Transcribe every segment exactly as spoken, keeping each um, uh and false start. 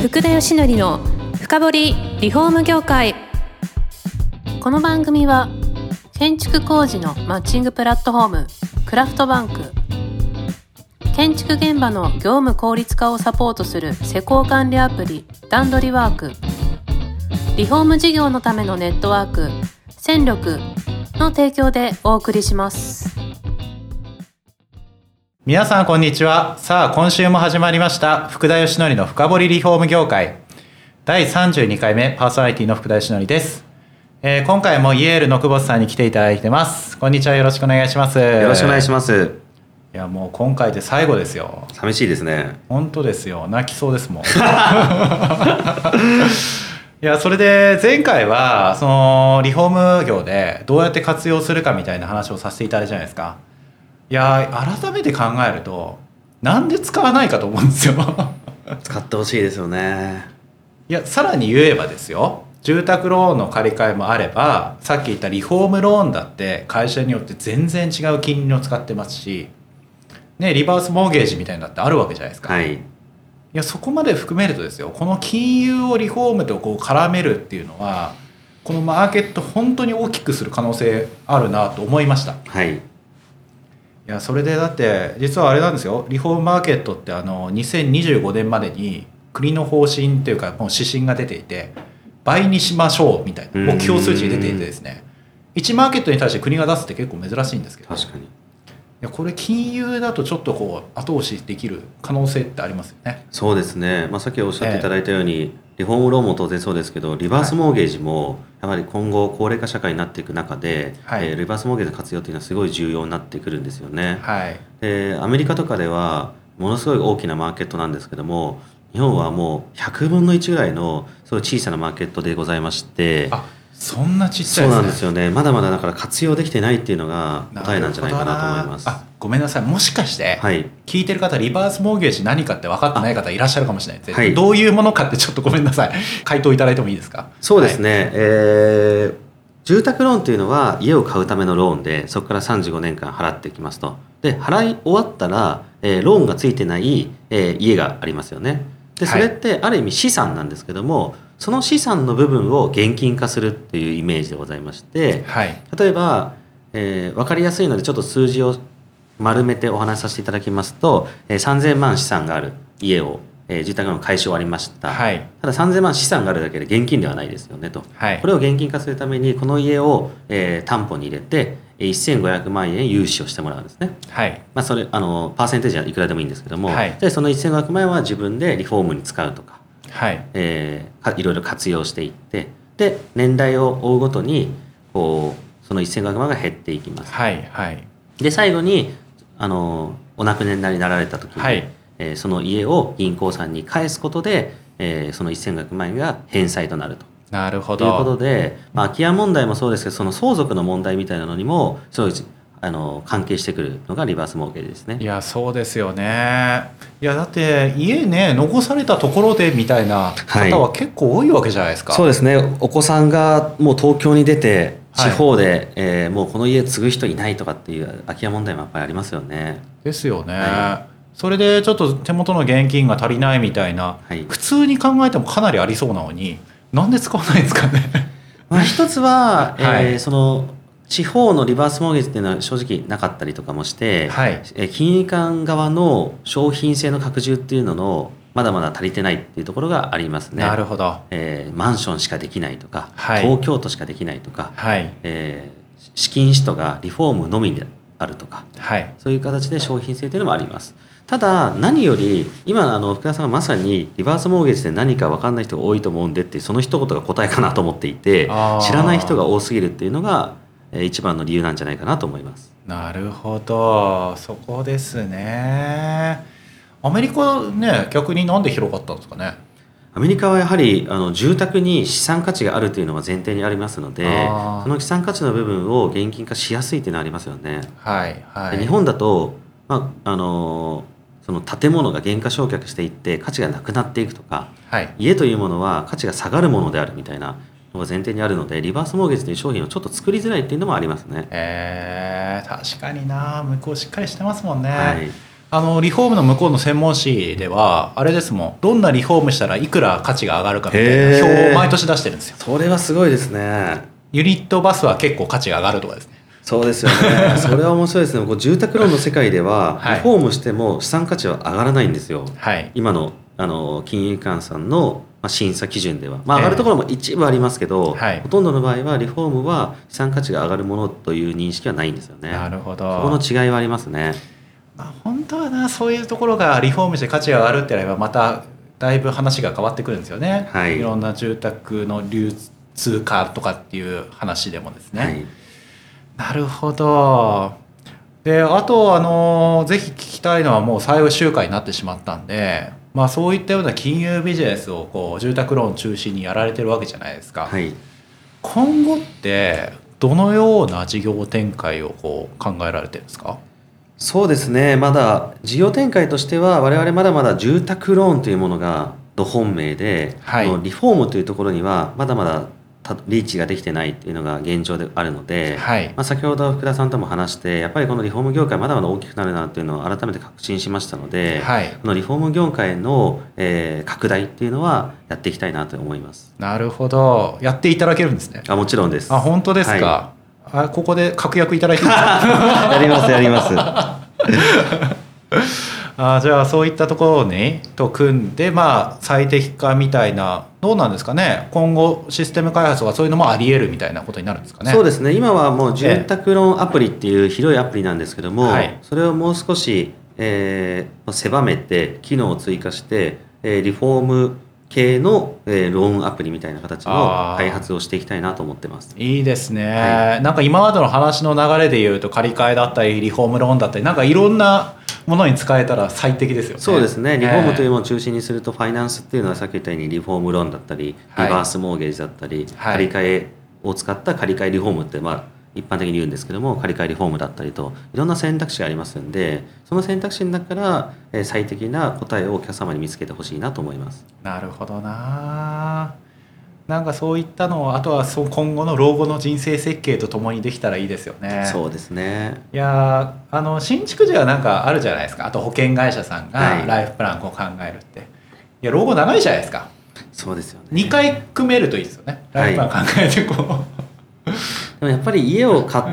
福田義則の深掘りリフォーム業界。この番組は建築工事のマッチングプラットフォームクラフトバンク、建築現場の業務効率化をサポートする施工管理アプリ段取りワーク、リフォーム事業のためのネットワーク戦力の提供でお送りします。 皆さんこんにちは。さあ今週も始まりました福田義則の深掘りリフォーム業界だいさんじゅうにかいめ、パーソナリティの福田義則です。えー、今回もイエールの久保田さんに来ていただいてます。こんにちは、よろしくお願いします。 よろしくお願いします。 いやもう今回で最後ですよ。 寂しいですね。 本当ですよ、泣きそうですもんいやそれで前回はそのリフォーム業でどうやって活用するかみたいな話をさせていただいたじゃないですか。いや改めて考えるとなんで使わないかと思うんですよ使ってほしいですよね。 いやさらに言えばですよ、住宅ローンの借り換えもあれば、さっき言ったリフォームローンだって会社によって全然違う金利を使ってますし、ね、リバースモーゲージみたいなのってあるわけじゃないですか。 はい、いやそこまで含めるとですよ、この金融をリフォームとこう絡めるっていうのはこのマーケット本当に大きくする可能性あるなと思いました。 はい、 いやそれでだって実はあれなんですよ、リフォームマーケットってあのにせんにじゅうごねんまでに国の方針っていうかもう指針が出ていて、倍にしましょうみたいな目標数値が出ていてですね、いちマーケットに対して国が出すって結構珍しいんですけど、 確かにいやこれ金融だとちょっとこう後押しできる可能性ってありますよね。 そうですね、まあ、さっきおっしゃっていただいたように、えー、リフォームローンも当然そうですけど、リバースモーゲージもやはり今後高齢化社会になっていく中で、はい、えー、リバースモーゲージの活用というのはすごい重要になってくるんですよね。 はい、 でアメリカとかではものすごい大きなマーケットなんですけども、日本はもうひゃくぶんのいちぐらいのすごい小さなマーケットでございまして、 あそんなちっちゃいですね。 そうなんですよね。まだまだだから活用できてないっていうのが答えなんじゃないかなと思います。 あごめんなさい、もしかして、 はい、 聞いてる方リバースモーゲージ何かって分かってない方いらっしゃるかもしれないです、はい、 どどういうものかってちょっとごめんなさい回答いただいてもいいですか。 そうですね、はい、えー、住宅ローンというのは家を買うためのローンで、そこからさんじゅうごねんかん払っていきますと。で払い終わったら、えー、ローンがついてない、えー、家がありますよね。でそれってある意味資産なんですけども、はい、その資産の部分を現金化するっていうイメージでございまして、はい、例えば、えー、分かりやすいのでちょっと数字を丸めてお話しさせていただきますと、えー、さんぜんまん資産がある家を、えー、住宅ローン解消終わりました、はい、たださんぜんまん資産があるだけで現金ではないですよねと、はい、これを現金化するためにこの家を、えー、担保に入れてせんごひゃくまんえん融資をしてもらうんですね。はい、まあ、それあのパーセンテージはいくらでもいいんですけども、はい、でそのせんごひゃくまんえんは自分でリフォームに使うとか、はい、えー、かいろいろ活用していって、で年代を追うごとにこうそのせんごひゃくまんが減っていきます。はいはい、で最後にあのお亡くなりになられた時に、はい、えー、その家を銀行さんに返すことで、えー、そのせんごひゃくまんえんが返済となると。 なるほど。 ということで、まあ、空き家問題もそうですけど、その相続の問題みたいなのにもすごいあの関係してくるのがリバースモーゲージですね。 いやそうですよね。いやだって家ね残されたところでみたいな方は結構多いわけじゃないですか。 はい、そうですね。お子さんがもう東京に出て地方で、はい、えー、もうこの家継ぐ人いないとかっていう空き家問題もやっぱりありますよね。 ですよね。 はい、 それでちょっと手元の現金が足りないみたいな、はい、普通に考えてもかなりありそうなのになんで使わないんですかね。 まあ一つは、はい、えー、その地方のリバースモーゲージっていうのは正直なかったりとかもして、はい、えー、金融機関側の商品性の拡充っていうののまだまだ足りてないっていうところがありますね。 なるほど。 えー、マンションしかできないとか、 はい、 東京都しかできないとか、はい、えー、資金使途がリフォームのみであるとか、はい、そういう形で商品性というのもあります。ただ何より今あの福田さんがまさにリバースモーゲージで何か分かんない人が多いと思うんでってその一言が答えかなと思っていて、知らない人が多すぎるっていうのが一番の理由なんじゃないかなと思います。 なるほど、そこですね。アメリカね逆になんで広がったんですかね。 アメリカはやはりあの住宅に資産価値があるというのが前提にありますので、その資産価値の部分を現金化しやすいというのはありますよね。はいはい、日本だと、まああのその建物が減価償却していって価値がなくなっていくとか、はい、家というものは価値が下がるものであるみたいなのが前提にあるので、リバースモーゲージという商品をちょっと作りづらいっていうのもありますね。 えー、確かにな、向こうしっかりしてますもんね。はい、 あのリフォームの向こうの専門誌ではあれですもん、どんなリフォームしたらいくら価値が上がるかみたいな表を毎年出してるんですよ。 それはすごいですね。 ユニットバスは結構価値が上がるとかですね。 そうですよね。それは面白いですね。こう住宅ローンの世界では、 はい、 リフォームしても資産価値は上がらないんですよ、 はい、 今のあの金融機関さんの審査基準では、まあ、上がるところも一部ありますけど、えーはい、ほとんどの場合はリフォームは資産価値が上がるものという認識はないんですよね。 なるほど。 そこの違いはありますね。 まあ、本当はな、そういうところがリフォームして価値が上がるってなればまただいぶ話が変わってくるんですよね、はい、いろんな住宅の流通化とかっていう話でもですね、はい、なるほど。であとあのぜひ聞きたいのは、もう最終回になってしまったんで、まあ、そういったような金融ビジネスをこう住宅ローン中心にやられてるわけじゃないですか、はい、今後ってどのような事業展開をこう考えられてるんですか？ そうですね、まだ事業展開としては我々まだまだ住宅ローンというものがど本命で、はい、リフォームというところにはまだまだリーチができてないっていうのが現状であるので、はい、まあ、先ほど福田さんとも話してやっぱりこのリフォーム業界まだまだ大きくなるなっていうのを改めて確信しましたので、はい、このリフォーム業界の、えー、拡大っていうのはやっていきたいなと思います。 なるほど。やっていただけるんですね。 あ、もちろんです。 あ、本当ですか、はい、あ、ここで確約いただいていいですか？ やりますやりますあ、じゃあそういったところにと組んで、まあ、最適化みたいな、どうなんですかね、今後システム開発とかそういうのもあり得るみたいなことになるんですかね。 そうですね、今はもう住宅ローンアプリっていう広いアプリなんですけども、はい、それをもう少し、えー、狭めて機能を追加して、えー、リフォーム系の、えー、ローンアプリみたいな形の開発をしていきたいなと思ってます。 いいですね、はい、なんか今までの話の流れでいうと借り換えだったりリフォームローンだったり、なんかいろんなものに使えたら最適ですよね。 そうですね、リフォームというものを中心にすると、ファイナンスっていうのはさっき言ったようにリフォームローンだったりリバースモーゲージだったり、はい、借り換えを使った借り換えリフォームって、まあ一般的に言うんですけども、借り換えリフォームだったりといろんな選択肢がありますんで、その選択肢の中から、えー、最適な答えをお客様に見つけてほしいなと思います。 なるほどな。なんかそういったのをあとはそう今後の老後の人生設計とともにできたらいいですよね。 そうですね。 いやあの新築時はなんかあるじゃないですか。あと保険会社さんがライフプランを考えるって、はい、いや老後長いじゃないですか。 そうですよね。 にかい組めるといいですよね、ライフプラン考えてこう、はい、 でもやっぱり家を買って、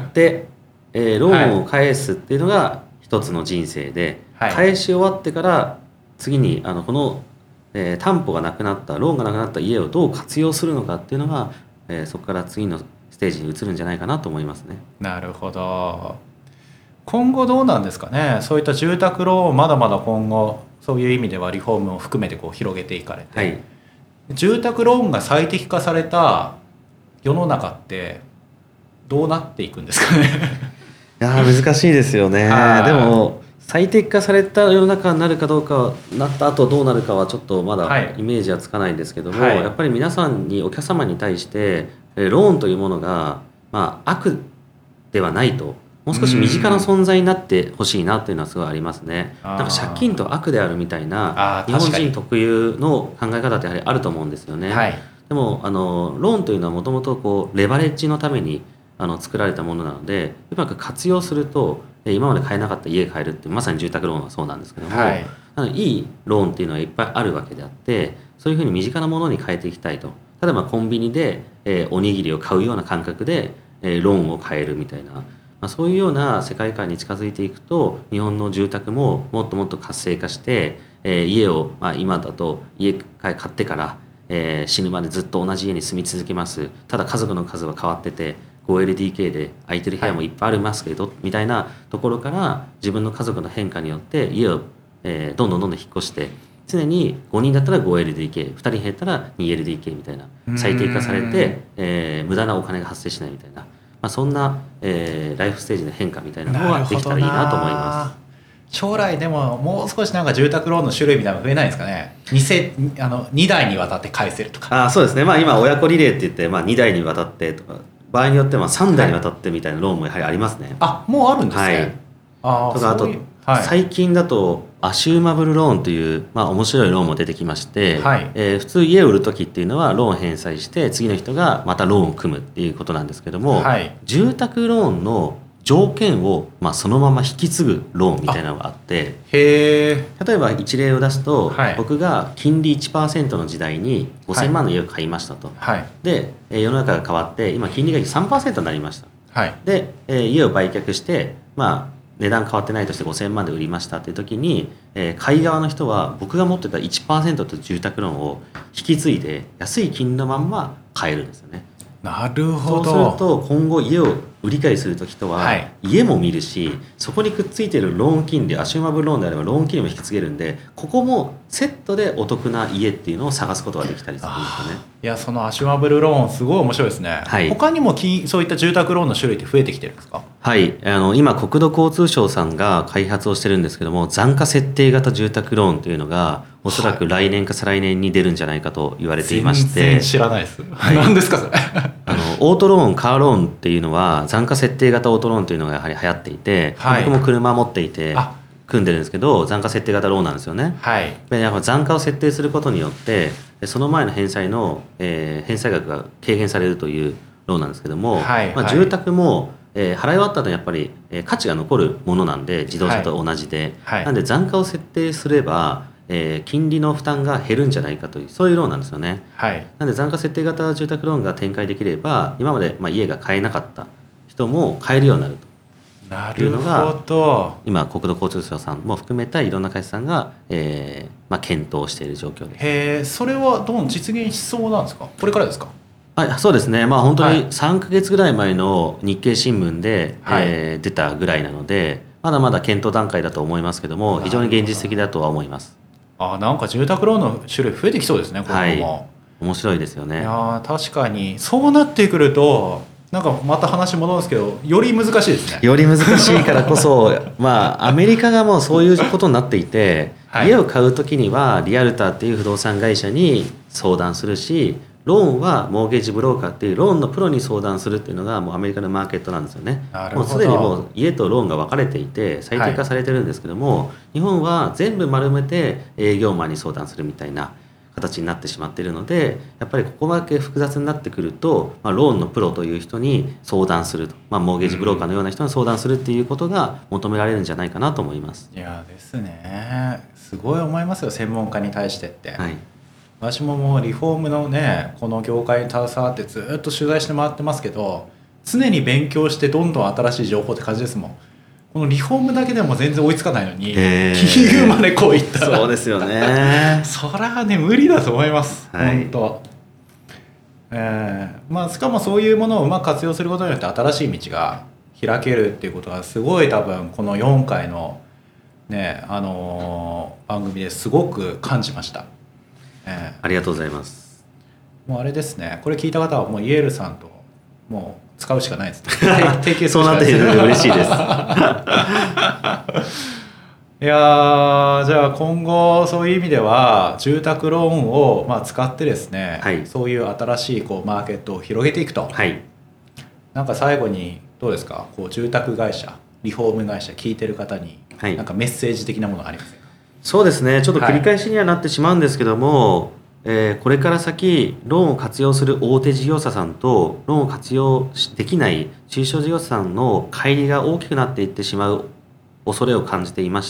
えー、ローンを返すっていうのが一つの人生で、はい、返し終わってから次にあのこのえー、担保がなくなったローンがなくなった家をどう活用するのかっていうのが、えー、そこから次のステージに移るんじゃないかなと思いますね。 なるほど。今後どうなんですかね、そういった住宅ローンまだまだ今後そういう意味ではリフォームを含めてこう広げていかれて、はい、住宅ローンが最適化された世の中ってどうなっていくんですかね。 いや難しいですよね。でも最適化された世の中になるかどうか、なった後どうなるかはちょっとまだイメージはつかないんですけども、はい、やっぱり皆さんにお客様に対してローンというものが、まあ、悪ではないと、もう少し身近な存在になってほしいなというのはすごいありますね。なんか借金と悪であるみたいな日本人特有の考え方ってやはりあると思うんですよね。はい、でもあのローンというのはもともとレバレッジのためにあの作られたものなので、うまく活用すると今まで買えなかった家買えるって、まさに住宅ローンはそうなんですけども、はい、あのいいローンっていうのはいっぱいあるわけであって、そういうふうに身近なものに変えていきたいと。例えばコンビニで、えー、おにぎりを買うような感覚で、えー、ローンを買えるみたいな、まあ、そういうような世界観に近づいていくと、日本の住宅ももっともっと活性化して、えー、家を、まあ、今だと家買ってから、えー、死ぬまでずっと同じ家に住み続けます。ただ家族の数は変わっててごエルディーケー で空いてる部屋もいっぱいありますけど、はい、みたいなところから自分の家族の変化によって家を、えー、どんどんどんどん引っ越して、常にごにんだったら ごエルディーケー、ふたり減ったら にエルディーケー みたいな最適化されて、えー、無駄なお金が発生しないみたいな、まあ、そんな、えー、ライフステージの変化みたいなのができたらいいなと思います。 将来でももう少しなんか住宅ローンの種類みたいなの増えないですかね。 2, 世あのにだいにわたって返せるとか。 あ、そうですね、まあ、今親子リレーって言って、まあ、にだいにわたってとか、場合によってはさんだいにわたってみたいなローンもやはりありますね。 あ、もうあるんですね。 はい、あとかあと、はい、最近だとアシューマブルローンという、まあ、面白いローンも出てきまして、はい、えー、普通家を売る時っていうのはローン返済して次の人がまたローンを組むっていうことなんですけども、はい、住宅ローンの条件をまあそのまま引き継ぐローンみたいなのがあって、 へえ。 例えば一例を出すと、 はい、 僕が金利 いちパーセント の時代にごせんまんの家を買いましたと、 はい、 で世の中が変わって今金利が さんパーセント になりました、 はい、 で家を売却してまあ値段変わってないとしてごせんまんで売りましたっていう時に、えー、買い側の人は僕が持ってた いちパーセント と住宅ローンを引き継いで安い金利のまんま買えるんですよね。 なるほど。 そうすると今後家を売り買いするときとは、はい、家も見るしそこにくっついているローン金利アシュマブルローンであればローン金利も引き継げるんでここもセットでお得な家っていうのを探すことができたりするんですよね。 いやそのアシュマブルローンすごい面白いですね、はい、他にも金そういった住宅ローンの種類って増えてきてるんですか？ はいあの今国土交通省さんが開発をしてるんですけども残価設定型住宅ローンというのがおそらく来年か再来年に出るんじゃないかと言われていまして、 全然知らないです、はい、何ですかそれあのオートローンカーローンっていうのは残価設定型オートローンというのがやはり流行っていて、はい、僕も車持っていて組んでるんですけど残価設定型ローンなんですよね、はい、でやっぱ残価を設定することによってその前の返済の、えー、返済額が軽減されるというローンなんですけども、はいまあ、住宅も、えー、払い終わった後にやっぱり、えー、価値が残るものなんで自動車と同じで、はいはい、なんで残価を設定すればえー、金利の負担が減るんじゃないかというそういうローンなんですよね、はい、なので残価設定型住宅ローンが展開できれば今までまあ家が買えなかった人も買えるようになるというのが今国土交通省さんも含めたいろんな会社さんが、えーまあ、検討している状況です。 へーそれはどう実現しそうなんですか？これからですか？ はい、そうですね、まあ、本当にさんかげつぐらい前の日経新聞で、はいえー、出たぐらいなのでまだまだ検討段階だと思いますけども非常に現実的だとは思います。 あなんか住宅ローンの種類増えてきそうですねこれも、 はい、面白いですよね。 いや確かにそうなってくるとなんかまた話戻るんですけどより難しいですね。 より難しいからこそまあアメリカがもうそういうことになっていて、はい、家を買う時にはリアルターっていう不動産会社に相談するしローンはモーゲージブローカーっていうローンのプロに相談するっていうのがもうアメリカのマーケットなんですよね。もうすでにもう家とローンが分かれていて最適化されてるんですけども、はい、日本は全部丸めて営業マンに相談するみたいな形になってしまっているのでやっぱりここまで複雑になってくると、まあ、ローンのプロという人に相談すると、まあ、モーゲージブローカーのような人に相談するっていうことが求められるんじゃないかなと思います。 いやですねすごい思いますよ専門家に対してって、 はい私ももうリフォームのねこの業界に携わってずっと取材して回ってますけど常に勉強してどんどん新しい情報って感じですもん。このリフォームだけでも全然追いつかないのに、えー、金融までこういったらそうですよねそりゃね無理だと思います、 はい、 本当、えーまあ、しかもそういうものをうまく活用することによって新しい道が開けるっていうことがすごい多分このよんかいの、ねあのー、番組ですごく感じました。えー、 ありがとうございます。 もうあれですねこれ聞いた方はもうイエールさんともう使うしかないですね提携するしそうなっているので嬉しいですいやじゃあ今後そういう意味では住宅ローンをまあ使ってですね、はい、そういう新しいこうマーケットを広げていくと、はい、なんか最後にどうですかこう住宅会社リフォーム会社聞いてる方になんかメッセージ的なものがありますか？ そうですねちょっと繰り返しにはなってしまうんですけども、はいえー、これから先ローンを活用する大手事業者さんとローンを活用できない中小事業者さんの乖離が大きくなっていってしまう恐れを感じていまして、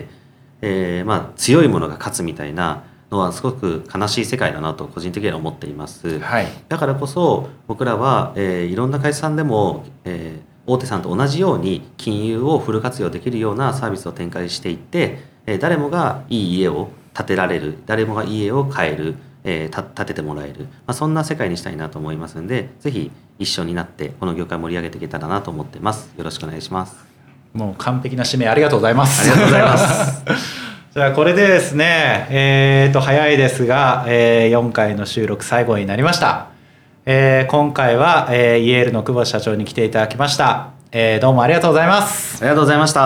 えーまあ、強いものが勝つみたいなのはすごく悲しい世界だなと個人的には思っています、はい、だからこそ僕らは、えー、いろんな会社さんでも、えー、大手さんと同じように金融をフル活用できるようなサービスを展開していって誰もがいい家を建てられる誰もがいい家を買える、えー、建ててもらえる、まあ、そんな世界にしたいなと思いますのでぜひ一緒になってこの業界を盛り上げていけたらなと思っています。よろしくお願いします。 もう完璧な締めありがとうございます。 ありがとうございますじゃあこれでですねえー、と早いですが、えー、よんかいの収録最後になりました、えー、今回は、えー、イエールの久保社長に来ていただきました、えー、どうもありがとうございます。 ありがとうございました。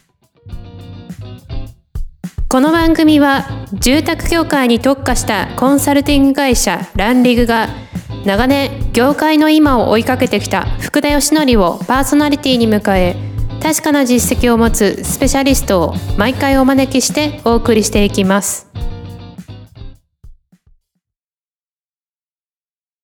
この番組は住宅業界に特化したコンサルティング会社ランリグが長年業界の今を追いかけてきた福田義則をパーソナリティに迎え確かな実績を持つスペシャリストを毎回お招きしてお送りしていきます。